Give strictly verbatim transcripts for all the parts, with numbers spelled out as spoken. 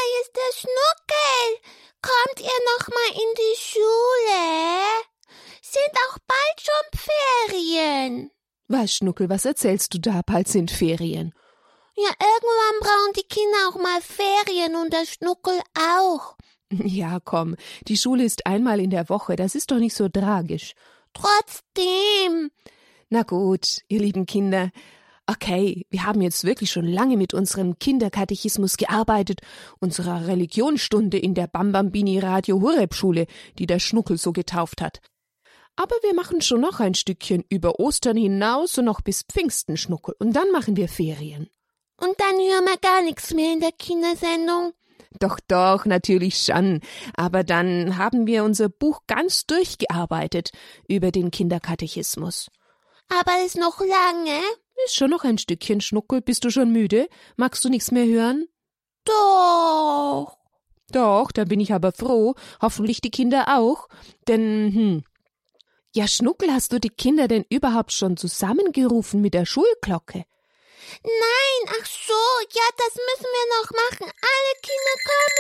ist der Schnuckel. Kommt ihr noch mal in die Schule? Sind auch bald schon Ferien. Was, Schnuckel, was erzählst du da? Bald sind Ferien. Ja, irgendwann brauchen die Kinder auch mal Ferien und der Schnuckel auch. Ja, komm, die Schule ist einmal in der Woche, das ist doch nicht so tragisch. Trotzdem. Na gut, ihr lieben Kinder. Okay, wir haben jetzt wirklich schon lange mit unserem Kinderkatechismus gearbeitet, unserer Religionsstunde in der Bambambini Radio Horeb Schule, die der Schnuckel so getauft hat. Aber wir machen schon noch ein Stückchen über Ostern hinaus und noch bis Pfingsten, Schnuckel, und dann machen wir Ferien. Und dann hören wir gar nichts mehr in der Kindersendung? Doch, doch, natürlich schon. Aber dann haben wir unser Buch ganz durchgearbeitet über den Kinderkatechismus. Aber ist noch lange? Ist schon noch ein Stückchen, Schnuckel. Bist du schon müde? Magst du nichts mehr hören? Doch. Doch, dann bin ich aber froh. Hoffentlich die Kinder auch. Denn, hm. Ja, Schnuckel, hast du die Kinder denn überhaupt schon zusammengerufen mit der Schulglocke? Nein, ach so, ja, das müssen wir noch machen. Alle Kinder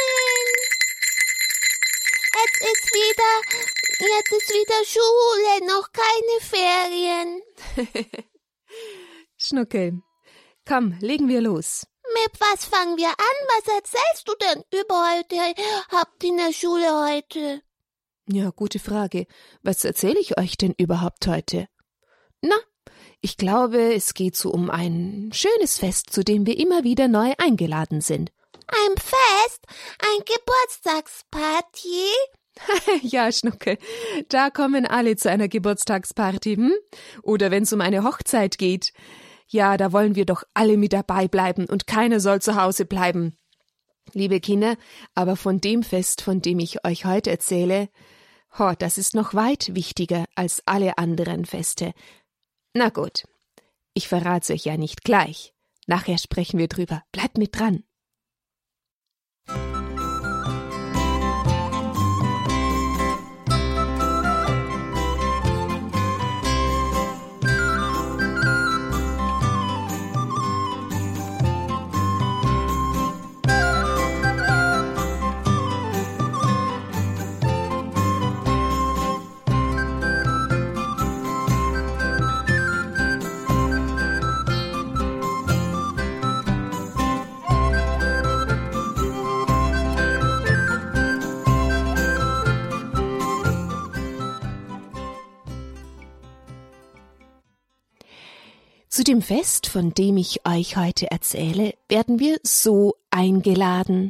kommen. Jetzt ist wieder, jetzt ist wieder Schule, noch keine Ferien. Schnuckel, komm, legen wir los. Mit was fangen wir an? Was erzählst du denn über heute? Habt ihr in der Schule heute? Ja, gute Frage. Was erzähle ich euch denn überhaupt heute? Na, ich glaube, es geht so um ein schönes Fest, zu dem wir immer wieder neu eingeladen sind. Ein Fest? Ein Geburtstagsparty? Ja, Schnuckel, da kommen alle zu einer Geburtstagsparty, hm? Oder wenn es um eine Hochzeit geht. Ja, da wollen wir doch alle mit dabei bleiben und keiner soll zu Hause bleiben. Liebe Kinder, aber von dem Fest, von dem ich euch heute erzähle, oh, das ist noch weit wichtiger als alle anderen Feste. Na gut, ich verrat's euch ja nicht gleich. Nachher sprechen wir drüber. Bleibt mit dran. Zu dem Fest, von dem ich euch heute erzähle, werden wir so eingeladen.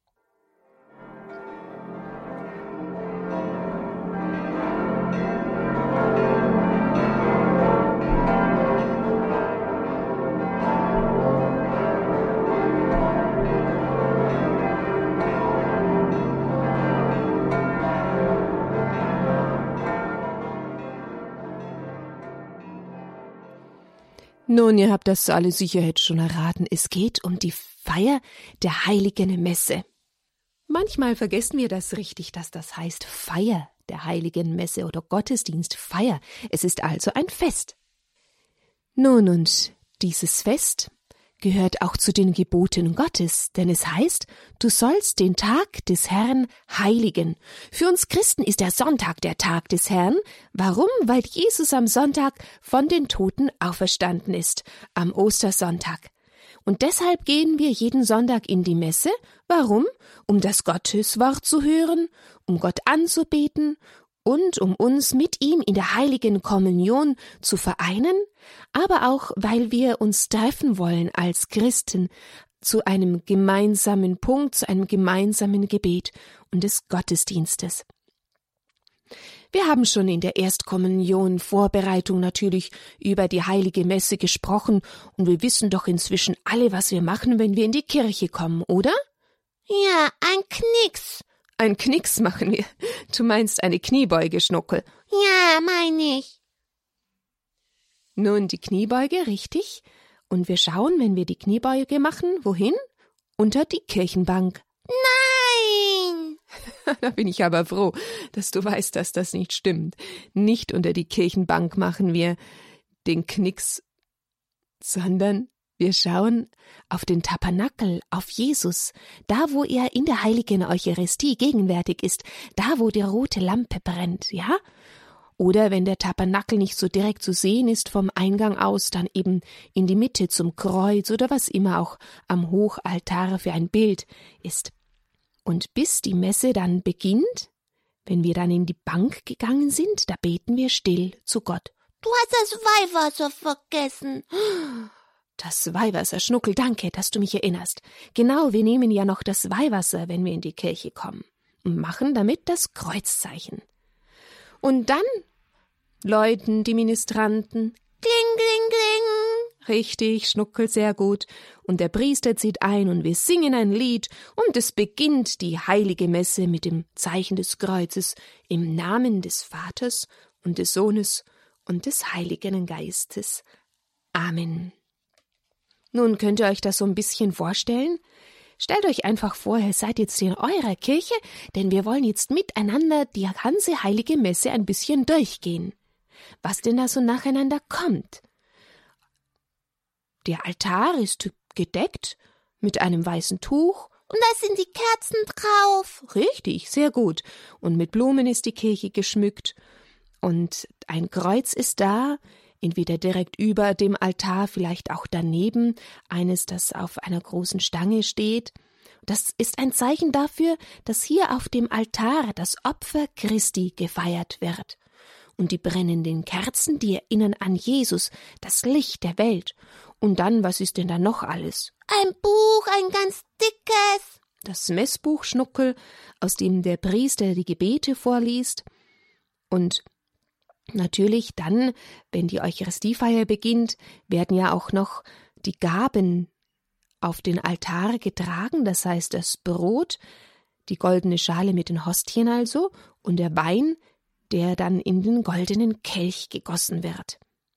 Nun, ihr habt das alle sicher jetzt schon erraten. Es geht um die Feier der Heiligen Messe. Manchmal vergessen wir das richtig, dass das heißt Feier der Heiligen Messe oder Gottesdienst, Feier. Es ist also ein Fest. Nun, und dieses Fest gehört auch zu den Geboten Gottes, denn es heißt, du sollst den Tag des Herrn heiligen. Für uns Christen ist der Sonntag der Tag des Herrn. Warum? Weil Jesus am Sonntag von den Toten auferstanden ist, am Ostersonntag. Und deshalb gehen wir jeden Sonntag in die Messe. Warum? Um das Gotteswort zu hören, um Gott anzubeten und um uns mit ihm in der heiligen Kommunion zu vereinen, aber auch, weil wir uns treffen wollen als Christen zu einem gemeinsamen Punkt, zu einem gemeinsamen Gebet und des Gottesdienstes. Wir haben schon in der Erstkommunion Vorbereitung natürlich über die heilige Messe gesprochen und wir wissen doch inzwischen alle, was wir machen, wenn wir in die Kirche kommen, oder? Ja, ein Knicks. Ein Knicks machen wir. Du meinst eine Kniebeuge, Schnuckel. Ja, meine ich. Nun, die Kniebeuge, richtig. Und wir schauen, wenn wir die Kniebeuge machen, wohin? Unter die Kirchenbank. Nein! Da bin ich aber froh, dass du weißt, dass das nicht stimmt. Nicht unter die Kirchenbank machen wir den Knicks, sondern Wir schauen auf den Tabernakel, auf Jesus, da wo er in der heiligen Eucharistie gegenwärtig ist, da wo die rote Lampe brennt, ja? Oder wenn der Tabernakel nicht so direkt zu sehen ist vom Eingang aus, dann eben in die Mitte zum Kreuz oder was immer auch am Hochaltar für ein Bild ist. Und bis die Messe dann beginnt, wenn wir dann in die Bank gegangen sind, da beten wir still zu Gott. Du hast das Weihwasser vergessen. Das Weihwasser, Schnuckel, danke, dass du mich erinnerst. Genau, wir nehmen ja noch das Weihwasser, wenn wir in die Kirche kommen und machen damit das Kreuzzeichen. Und dann läuten die Ministranten. Kling, kling, kling. Richtig, Schnuckel, sehr gut. Und der Priester zieht ein und wir singen ein Lied und es beginnt die heilige Messe mit dem Zeichen des Kreuzes im Namen des Vaters und des Sohnes und des Heiligen Geistes. Amen. Nun könnt ihr euch das so ein bisschen vorstellen? Stellt euch einfach vor, ihr seid jetzt in eurer Kirche, denn wir wollen jetzt miteinander die ganze heilige Messe ein bisschen durchgehen. Was denn da so nacheinander kommt? Der Altar ist gedeckt mit einem weißen Tuch. Und da sind die Kerzen drauf. Richtig, sehr gut. Und mit Blumen ist die Kirche geschmückt. Und ein Kreuz ist da, entweder direkt über dem Altar, vielleicht auch daneben, eines, das auf einer großen Stange steht. Das ist ein Zeichen dafür, dass hier auf dem Altar das Opfer Christi gefeiert wird. Und die brennenden Kerzen, die erinnern an Jesus, das Licht der Welt. Und dann, was ist denn da noch alles? Ein Buch, ein ganz dickes. Das Messbuch, Schnuckel, aus dem der Priester die Gebete vorliest. Und natürlich dann, wenn die Eucharistiefeier beginnt, werden ja auch noch die Gaben auf den Altar getragen, das heißt das Brot, die goldene Schale mit den Hostien also und der Wein, der dann in den goldenen Kelch gegossen wird.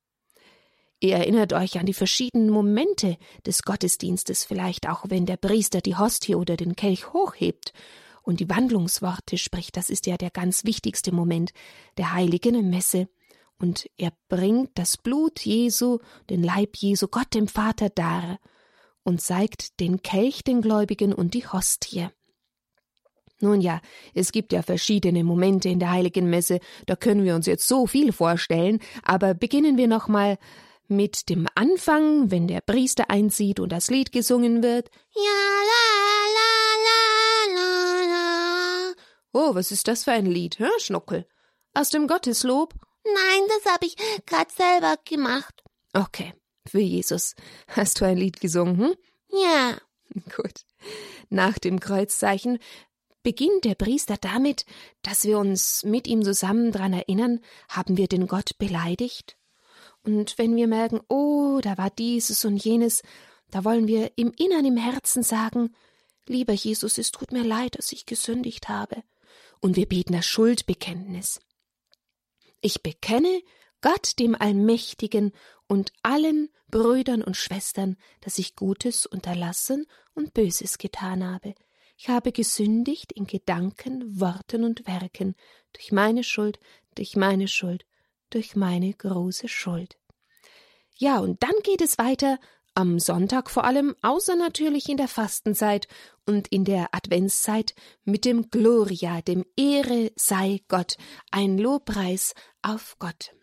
Ihr erinnert euch an die verschiedenen Momente des Gottesdienstes, vielleicht auch wenn der Priester die Hostie oder den Kelch hochhebt und die Wandlungsworte spricht, das ist ja der ganz wichtigste Moment der heiligen Messe. Und er bringt das Blut Jesu, den Leib Jesu, Gott dem Vater dar und zeigt den Kelch den Gläubigen und die Hostie. Nun ja, es gibt ja verschiedene Momente in der heiligen Messe, da können wir uns jetzt so viel vorstellen, aber beginnen wir nochmal mit dem Anfang, wenn der Priester einzieht und das Lied gesungen wird. Ja, la, la, la, la, la. Oh, was ist das für ein Lied, hä, Schnuckel? Aus dem Gotteslob? Nein, das habe ich gerade selber gemacht. Okay, für Jesus. Hast du ein Lied gesungen, hm? Ja. Gut. Nach dem Kreuzzeichen beginnt der Priester damit, dass wir uns mit ihm zusammen daran erinnern, haben wir den Gott beleidigt? Und wenn wir merken, oh, da war dieses und jenes, da wollen wir im Innern, im Herzen sagen, lieber Jesus, es tut mir leid, dass ich gesündigt habe. Und wir beten das Schuldbekenntnis. Ich bekenne Gott, dem Allmächtigen, und allen Brüdern und Schwestern, dass ich Gutes unterlassen und Böses getan habe. Ich habe gesündigt in Gedanken, Worten und Werken, durch meine Schuld, durch meine Schuld, durch meine große Schuld. Ja, und dann geht es weiter, am Sonntag vor allem, außer natürlich in der Fastenzeit und in der Adventszeit, mit dem Gloria, dem Ehre sei Gott, ein Lobpreis auf Gott.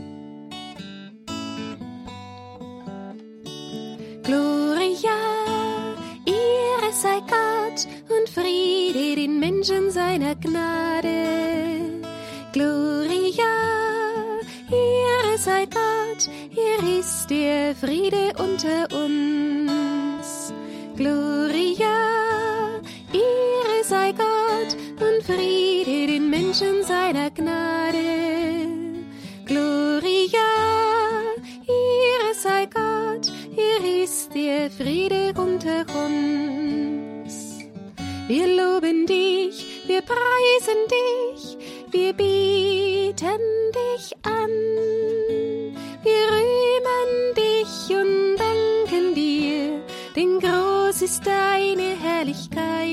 Gloria, Ehre sei Gott und Friede den Menschen seiner Gnade. Gloria, Ehre sei Gott, er ist der Friede unter uns. Gloria, Ehre sei Gott und Friede den Menschen seiner Gnade. Gloria, Ehre sei Gott, er ist der Friede unter uns. Wir loben dich, wir preisen dich, wir beten dich an. Wir rühmen dich und danken dir, denn groß ist deine Herrlichkeit.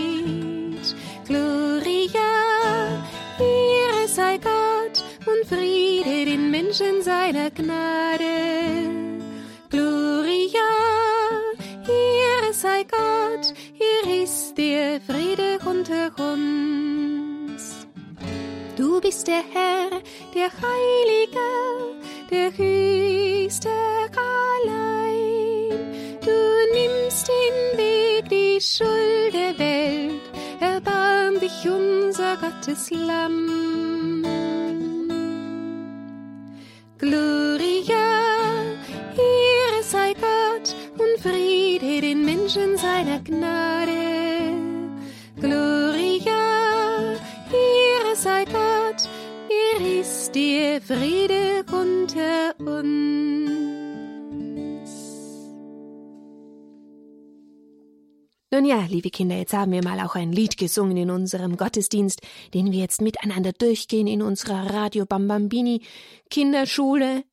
Gloria, Ehre sei Gott und Friede den Menschen seiner Gnade. Gloria, sei Gott, hier ist der Friede unter uns. Du bist der Herr, der Heilige, der Höchste allein. Du nimmst den Weg, die Schuld der Welt, erbarm dich, unser Gottes Lamm. Gloria, Ehre sei Gott und Friede den Menschen seiner Gnade. Gloria, Ehre sei Gott, er ist der Friede unter uns. Nun ja, liebe Kinder, jetzt haben wir mal auch ein Lied gesungen in unserem Gottesdienst, den wir jetzt miteinander durchgehen in unserer Radio Bambambini Kinderschule.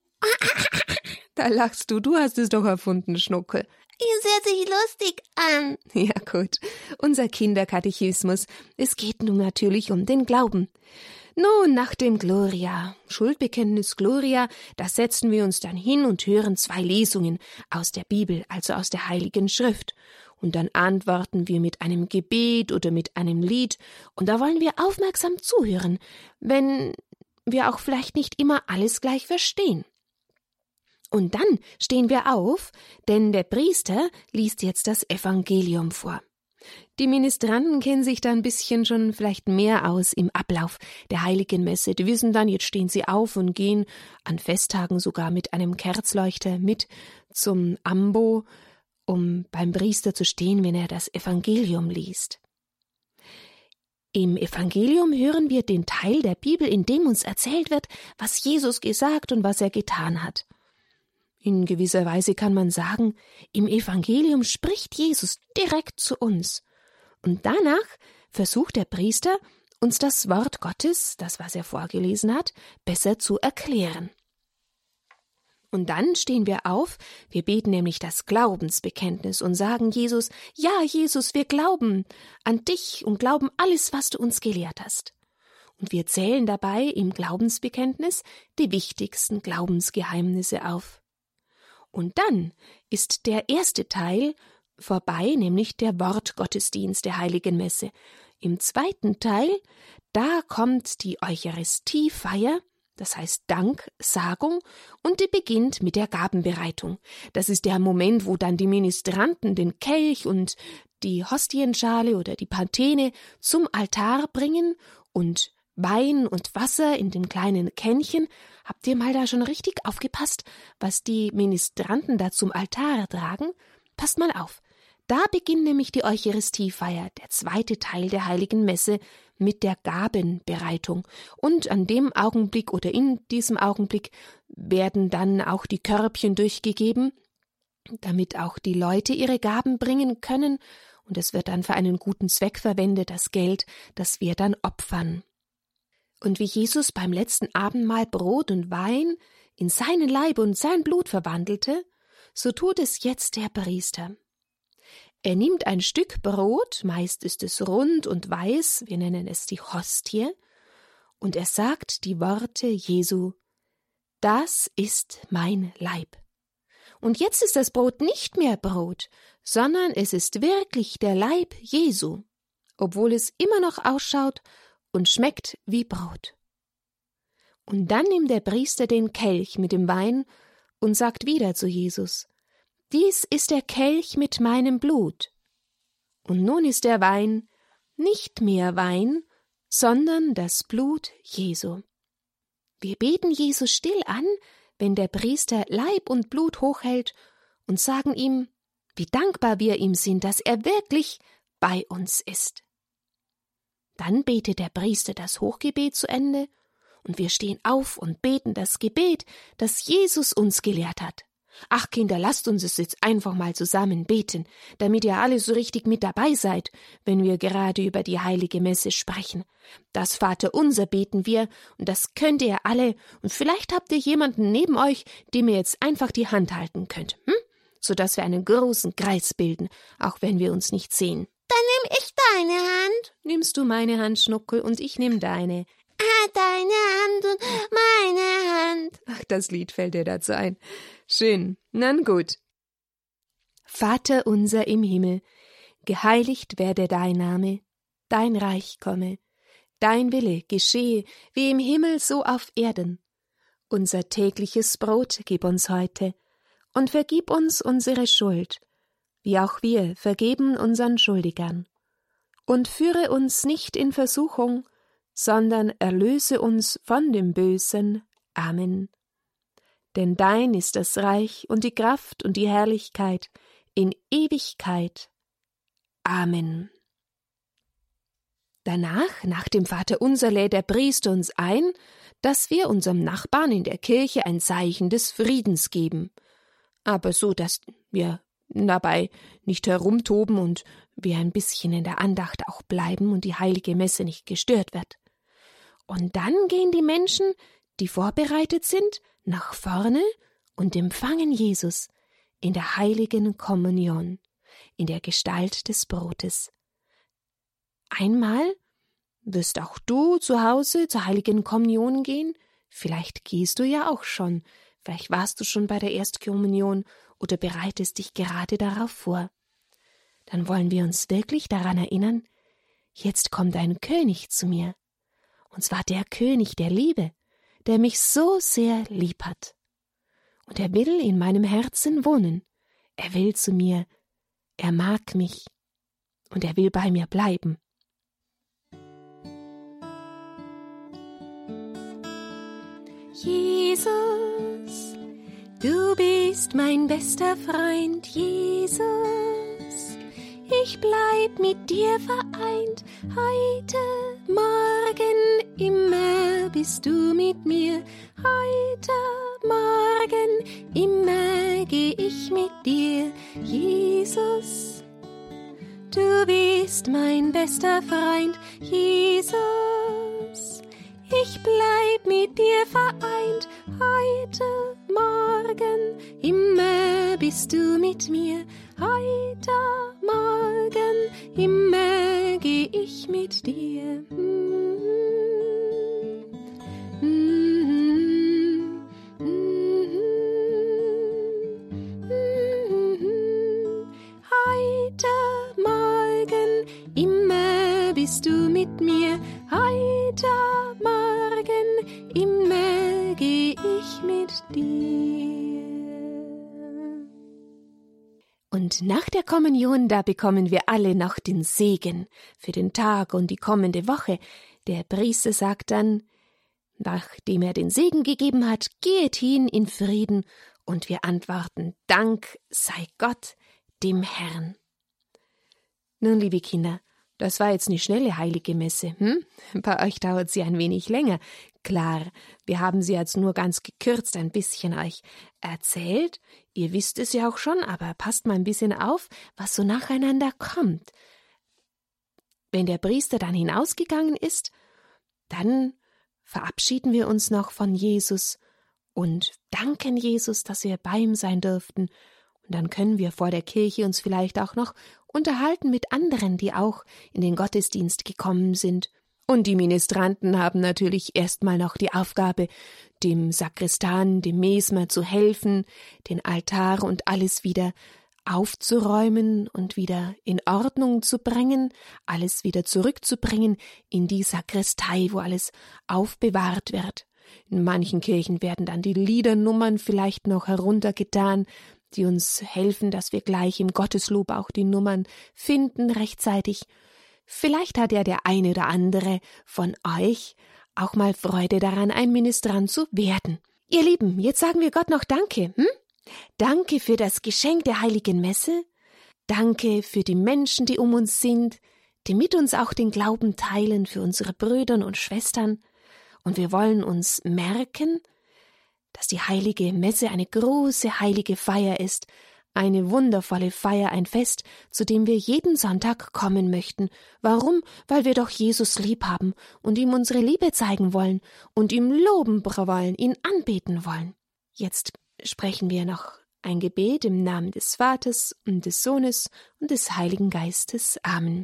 Da lachst du, du hast es doch erfunden, Schnuckel. Es hört sich lustig an. Ja gut, unser Kinderkatechismus. Es geht nun natürlich um den Glauben. Nun, nach dem Gloria, Schuldbekenntnis Gloria, da setzen wir uns dann hin und hören zwei Lesungen aus der Bibel, also aus der Heiligen Schrift. Und dann antworten wir mit einem Gebet oder mit einem Lied. Und da wollen wir aufmerksam zuhören, wenn wir auch vielleicht nicht immer alles gleich verstehen. Und dann stehen wir auf, denn der Priester liest jetzt das Evangelium vor. Die Ministranten kennen sich da ein bisschen schon vielleicht mehr aus im Ablauf der Heiligen Messe. Die wissen dann, jetzt stehen sie auf und gehen an Festtagen sogar mit einem Kerzleuchter mit zum Ambo, um beim Priester zu stehen, wenn er das Evangelium liest. Im Evangelium hören wir den Teil der Bibel, in dem uns erzählt wird, was Jesus gesagt und was er getan hat. In gewisser Weise kann man sagen, im Evangelium spricht Jesus direkt zu uns. Und danach versucht der Priester, uns das Wort Gottes, das, was er vorgelesen hat, besser zu erklären. Und dann stehen wir auf, wir beten nämlich das Glaubensbekenntnis und sagen Jesus, ja, Jesus, wir glauben an dich und glauben alles, was du uns gelehrt hast. Und wir zählen dabei im Glaubensbekenntnis die wichtigsten Glaubensgeheimnisse auf. Und dann ist der erste Teil vorbei, nämlich der Wortgottesdienst der Heiligen Messe. Im zweiten Teil, da kommt die Eucharistiefeier, das heißt Danksagung, und die beginnt mit der Gabenbereitung. Das ist der Moment, wo dann die Ministranten den Kelch und die Hostienschale oder die Patene zum Altar bringen und Wein und Wasser in dem kleinen Kännchen. Habt ihr mal da schon richtig aufgepasst, was die Ministranten da zum Altar tragen? Passt mal auf. Da beginnt nämlich die Eucharistiefeier, der zweite Teil der Heiligen Messe, mit der Gabenbereitung. Und an dem Augenblick oder in diesem Augenblick werden dann auch die Körbchen durchgegeben, damit auch die Leute ihre Gaben bringen können. Und es wird dann für einen guten Zweck verwendet, das Geld, das wir dann opfern. Und wie Jesus beim letzten Abendmahl Brot und Wein in seinen Leib und sein Blut verwandelte, so tut es jetzt der Priester. Er nimmt ein Stück Brot, meist ist es rund und weiß, wir nennen es die Hostie, und er sagt die Worte Jesu, das ist mein Leib. Und jetzt ist das Brot nicht mehr Brot, sondern es ist wirklich der Leib Jesu, obwohl es immer noch ausschaut und schmeckt wie Brot. Und dann nimmt der Priester den Kelch mit dem Wein und sagt wieder zu Jesus, dies ist der Kelch mit meinem Blut. Und nun ist der Wein nicht mehr Wein, sondern das Blut Jesu. Wir beten Jesus still an, wenn der Priester Leib und Blut hochhält und sagen ihm, wie dankbar wir ihm sind, dass er wirklich bei uns ist. Dann betet der Priester das Hochgebet zu Ende und wir stehen auf und beten das Gebet, das Jesus uns gelehrt hat. Ach Kinder, lasst uns es jetzt einfach mal zusammen beten, damit ihr alle so richtig mit dabei seid, wenn wir gerade über die Heilige Messe sprechen. Das Vaterunser beten wir und das könnt ihr alle und vielleicht habt ihr jemanden neben euch, dem ihr jetzt einfach die Hand halten könnt, hm? Sodass wir einen großen Kreis bilden, auch wenn wir uns nicht sehen. Dann nehm ich deine Hand. Nimmst du meine Hand, Schnuckel, und ich nehm deine. Ah, deine Hand und meine Hand. Ach, das Lied fällt dir dazu ein. Schön, na gut. Vater unser im Himmel, geheiligt werde dein Name, dein Reich komme, dein Wille geschehe, wie im Himmel so auf Erden. Unser tägliches Brot gib uns heute, und vergib uns unsere Schuld, wie auch wir vergeben unseren Schuldigern. Und führe uns nicht in Versuchung, sondern erlöse uns von dem Bösen. Amen. Denn dein ist das Reich und die Kraft und die Herrlichkeit in Ewigkeit. Amen. Danach, nach dem Vaterunser, lädt der Priester uns ein, dass wir unserem Nachbarn in der Kirche ein Zeichen des Friedens geben, aber so, dass wir dabei nicht herumtoben und wir ein bisschen in der Andacht auch bleiben und die heilige Messe nicht gestört wird. Und dann gehen die Menschen, die vorbereitet sind, nach vorne und empfangen Jesus in der heiligen Kommunion, in der Gestalt des Brotes. Einmal wirst auch du zu Hause zur heiligen Kommunion gehen, vielleicht gehst du ja auch schon, vielleicht warst du schon bei der Erstkommunion oder bereitest dich gerade darauf vor. Dann wollen wir uns wirklich daran erinnern, jetzt kommt ein König zu mir, und zwar der König der Liebe, der mich so sehr lieb hat. Und er will in meinem Herzen wohnen, er will zu mir, er mag mich und er will bei mir bleiben. Jesus, du bist mein bester Freund, Jesus, ich bleib mit dir vereint, heute, morgen, immer bist du mit mir, heute, morgen, immer geh ich mit dir, Jesus, du bist mein bester Freund, Jesus, ich bleib mit dir vereint, heute, morgen, immer bist du mit mir, heute, morgen, immer geh ich mit dir. Heute, morgen, immer bist du mit mir, heute, morgen, immer geh ich mit dir. Und nach der Kommunion, da bekommen wir alle noch den Segen für den Tag und die kommende Woche. Der Priester sagt dann, nachdem er den Segen gegeben hat, geht hin in Frieden, und wir antworten, Dank sei Gott, dem Herrn. Nun, liebe Kinder, das war jetzt eine schnelle heilige Messe. Hm? Bei euch dauert sie ein wenig länger. Klar, wir haben sie jetzt nur ganz gekürzt ein bisschen euch erzählt. Ihr wisst es ja auch schon, aber passt mal ein bisschen auf, was so nacheinander kommt. Wenn der Priester dann hinausgegangen ist, dann verabschieden wir uns noch von Jesus und danken Jesus, dass wir bei ihm sein durften. Und dann können wir vor der Kirche uns vielleicht auch noch unterhalten mit anderen, die auch in den Gottesdienst gekommen sind. Und die Ministranten haben natürlich erstmal noch die Aufgabe, dem Sakristan, dem Mesmer zu helfen, den Altar und alles wieder aufzuräumen und wieder in Ordnung zu bringen, alles wieder zurückzubringen in die Sakristei, wo alles aufbewahrt wird. In manchen Kirchen werden dann die Liedernummern vielleicht noch heruntergetan, die uns helfen, dass wir gleich im Gotteslob auch die Nummern finden rechtzeitig. Vielleicht hat ja der eine oder andere von euch auch mal Freude daran, ein Ministrant zu werden. Ihr Lieben, jetzt sagen wir Gott noch Danke. Hm? Danke für das Geschenk der heiligen Messe. Danke für die Menschen, die um uns sind, die mit uns auch den Glauben teilen, für unsere Brüder und Schwestern. Und wir wollen uns merken, dass die heilige Messe eine große heilige Feier ist, eine wundervolle Feier, ein Fest, zu dem wir jeden Sonntag kommen möchten. Warum? Weil wir doch Jesus lieb haben und ihm unsere Liebe zeigen wollen und ihm loben wollen, ihn anbeten wollen. Jetzt sprechen wir noch ein Gebet im Namen des Vaters und des Sohnes und des Heiligen Geistes. Amen.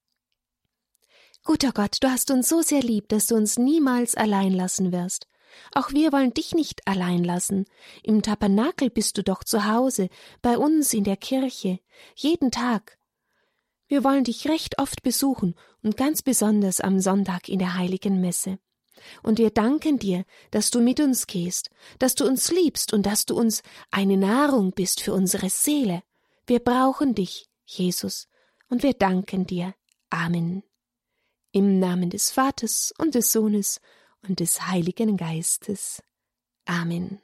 Guter Gott, du hast uns so sehr lieb, dass du uns niemals allein lassen wirst. Auch wir wollen dich nicht allein lassen. Im Tabernakel bist du doch zu Hause, bei uns in der Kirche, jeden Tag. Wir wollen dich recht oft besuchen und ganz besonders am Sonntag in der heiligen Messe. Und wir danken dir, dass du mit uns gehst, dass du uns liebst und dass du uns eine Nahrung bist für unsere Seele. Wir brauchen dich, Jesus, und wir danken dir. Amen. Im Namen des Vaters und des Sohnes und des Heiligen Geistes. Amen.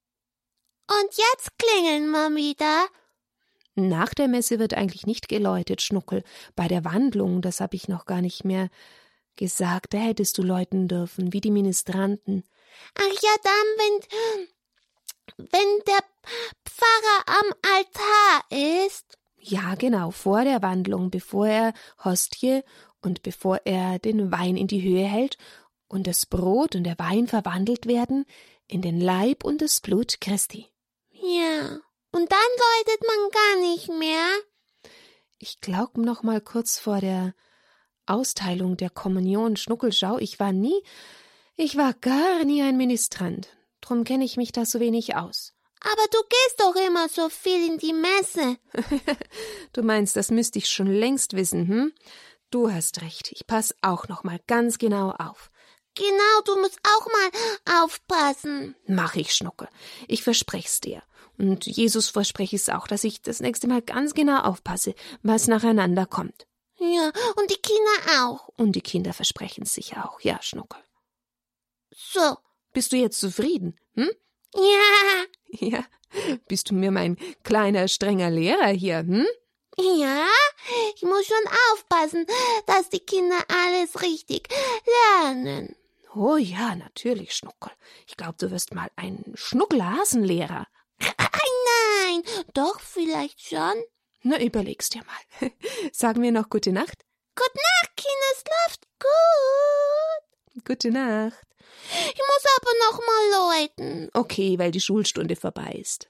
Und jetzt klingeln wir wieder. Nach der Messe wird eigentlich nicht geläutet, Schnuckel. Bei der Wandlung, das habe ich noch gar nicht mehr gesagt, da hättest du läuten dürfen, wie die Ministranten. Ach ja, dann, wenn, wenn der Pfarrer am Altar ist. Ja, genau, vor der Wandlung, bevor er Hostie und bevor er den Wein in die Höhe hält und das Brot und der Wein verwandelt werden in den Leib und das Blut Christi. Ja, und dann läutet man gar nicht mehr. Ich glaube noch mal kurz vor der Austeilung der Kommunion, Schnuckelschau, ich war nie, ich war gar nie ein Ministrant. Drum kenne ich mich da so wenig aus. Aber du gehst doch immer so viel in die Messe. Du meinst, das müsste ich schon längst wissen, hm? Du hast recht, ich pass auch noch mal ganz genau auf. Genau, du musst auch mal aufpassen. Mach ich, Schnuckel. Ich versprech's dir. Und Jesus verspreche es auch, dass ich das nächste Mal ganz genau aufpasse, was nacheinander kommt. Ja, und die Kinder auch. Und die Kinder versprechen es sicher auch, ja, Schnuckel. So. Bist du jetzt zufrieden, hm? Ja. Ja, bist du mir mein kleiner, strenger Lehrer hier, hm? Ja, ich muss schon aufpassen, dass die Kinder alles richtig lernen. Oh ja, natürlich, Schnuckel. Ich glaube, du wirst mal ein Schnuckelhasenlehrer. Nein, doch vielleicht schon. Na, überleg's dir mal. Sagen wir noch gute Nacht? Gute Nacht, Kinder, schlaft gut. Gute Nacht. Ich muss aber noch mal läuten. Okay, weil die Schulstunde vorbei ist.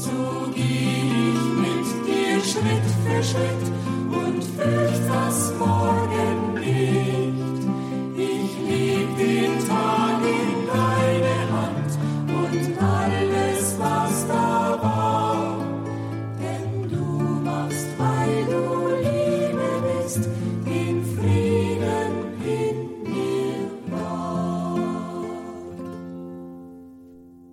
Schritt für Schritt und fürcht, was morgen